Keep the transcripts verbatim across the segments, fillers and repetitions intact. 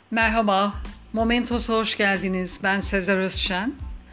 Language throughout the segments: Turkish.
Merhaba, Momentos'a hoş geldiniz. Ben Sezer Özşen.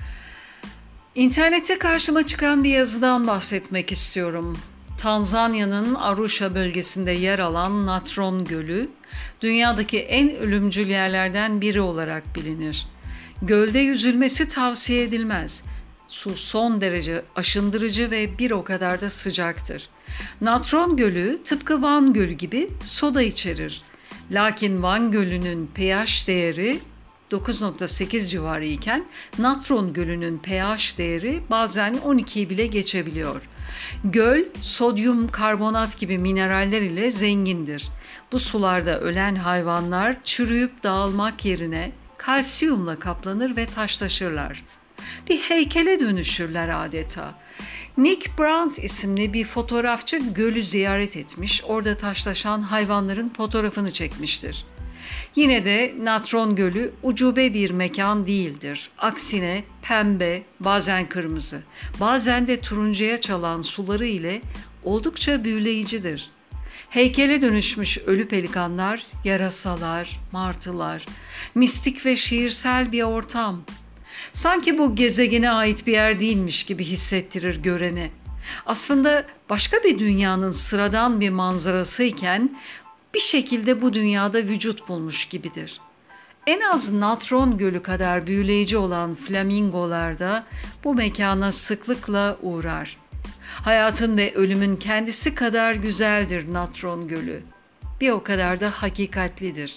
İnternette karşıma çıkan bir yazıdan bahsetmek istiyorum. Tanzanya'nın Arusha bölgesinde yer alan Natron Gölü, dünyadaki en ölümcül yerlerden biri olarak bilinir. Gölde yüzülmesi tavsiye edilmez. Su son derece aşındırıcı ve bir o kadar da sıcaktır. Natron Gölü tıpkı Van Gölü gibi soda içerir. Lakin Van Gölü'nün pH değeri dokuz nokta sekiz civarı iken Natron Gölü'nün pH değeri bazen on ikiyi bile geçebiliyor. Göl, sodyum karbonat gibi mineraller ile zengindir. Bu sularda ölen hayvanlar çürüyüp dağılmak yerine kalsiyumla kaplanır ve taşlaşırlar. Bir heykele dönüşürler adeta. Nick Brandt isimli bir fotoğrafçı gölü ziyaret etmiş, orada taşlaşan hayvanların fotoğrafını çekmiştir. Yine de Natron Gölü ucube bir mekan değildir. Aksine pembe, bazen kırmızı, bazen de turuncuya çalan suları ile oldukça büyüleyicidir. Heykele dönüşmüş ölü pelikanlar, yarasalar, martılar, mistik ve şiirsel bir ortam. Sanki bu gezegene ait bir yer değilmiş gibi hissettirir görene. Aslında başka bir dünyanın sıradan bir manzarasıyken bir şekilde bu dünyada vücut bulmuş gibidir. En az Natron Gölü kadar büyüleyici olan flamingolar da bu mekana sıklıkla uğrar. Hayatın ve ölümün kendisi kadar güzeldir Natron Gölü. Bir o kadar da hakikatlidir.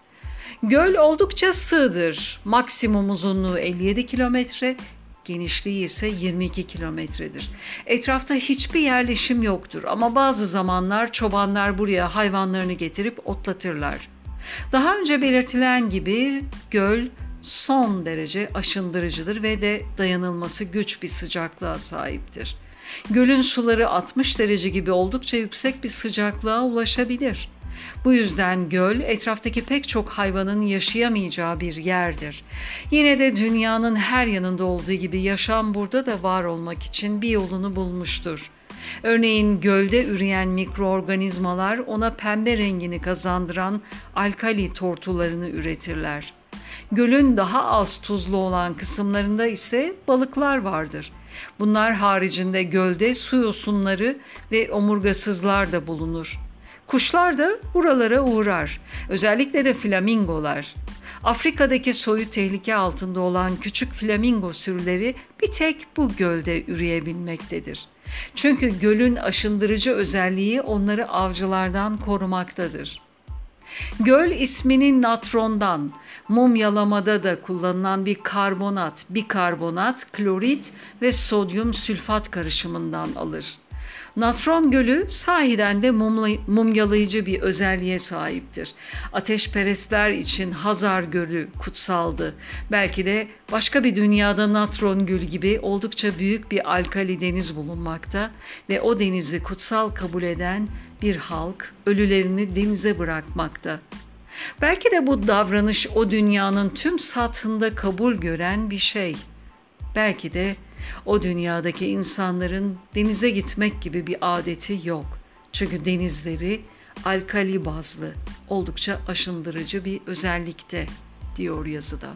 Göl oldukça sığdır. Maksimum uzunluğu elli yedi kilometre, genişliği ise yirmi iki kilometredir. Etrafta hiçbir yerleşim yoktur ama bazı zamanlar çobanlar buraya hayvanlarını getirip otlatırlar. Daha önce belirtilen gibi göl son derece aşındırıcıdır ve de dayanılması güç bir sıcaklığa sahiptir. Gölün suları altmış derece gibi oldukça yüksek bir sıcaklığa ulaşabilir. Bu yüzden göl etraftaki pek çok hayvanın yaşayamayacağı bir yerdir. Yine de dünyanın her yanında olduğu gibi yaşam burada da var olmak için bir yolunu bulmuştur. Örneğin gölde üreyen mikroorganizmalar ona pembe rengini kazandıran alkali tortularını üretirler. Gölün daha az tuzlu olan kısımlarında ise balıklar vardır. Bunlar haricinde gölde su yosunları ve omurgasızlar da bulunur. Kuşlar da buralara uğrar. Özellikle de flamingolar. Afrika'daki soyu tehlike altında olan küçük flamingo sürüleri bir tek bu gölde üreyebilmektedir. Çünkü gölün aşındırıcı özelliği onları avcılardan korumaktadır. Göl ismini natrondan, mumyalamada da kullanılan bir karbonat, bikarbonat, klorit ve sodyum sülfat karışımından alır. Natron Gölü sahiden de mumyalayıcı bir özelliğe sahiptir. Ateşperestler için Hazar Gölü kutsaldı. Belki de başka bir dünyada Natron Gölü gibi oldukça büyük bir alkali deniz bulunmakta ve o denizi kutsal kabul eden bir halk ölülerini denize bırakmakta. Belki de bu davranış o dünyanın tüm sathında kabul gören bir şey. Belki de o dünyadaki insanların denize gitmek gibi bir adeti yok. Çünkü denizleri alkali bazlı, oldukça aşındırıcı bir özellikte diyor yazıda.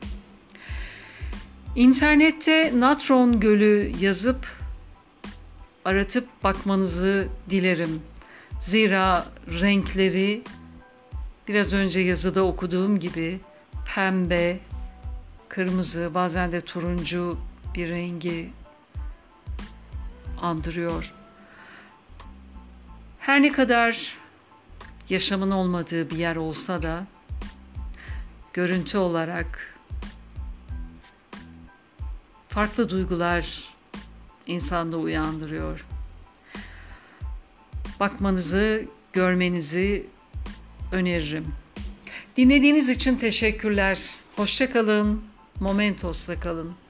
İnternette Natron Gölü yazıp aratıp bakmanızı dilerim. Zira renkleri biraz önce yazıda okuduğum gibi pembe, kırmızı, bazen de turuncu bir rengi andırıyor. Her ne kadar yaşamın olmadığı bir yer olsa da görüntü olarak farklı duygular insanda uyandırıyor. Bakmanızı, görmenizi öneririm. Dinlediğiniz için teşekkürler. Hoşça kalın. Momentos'la kalın.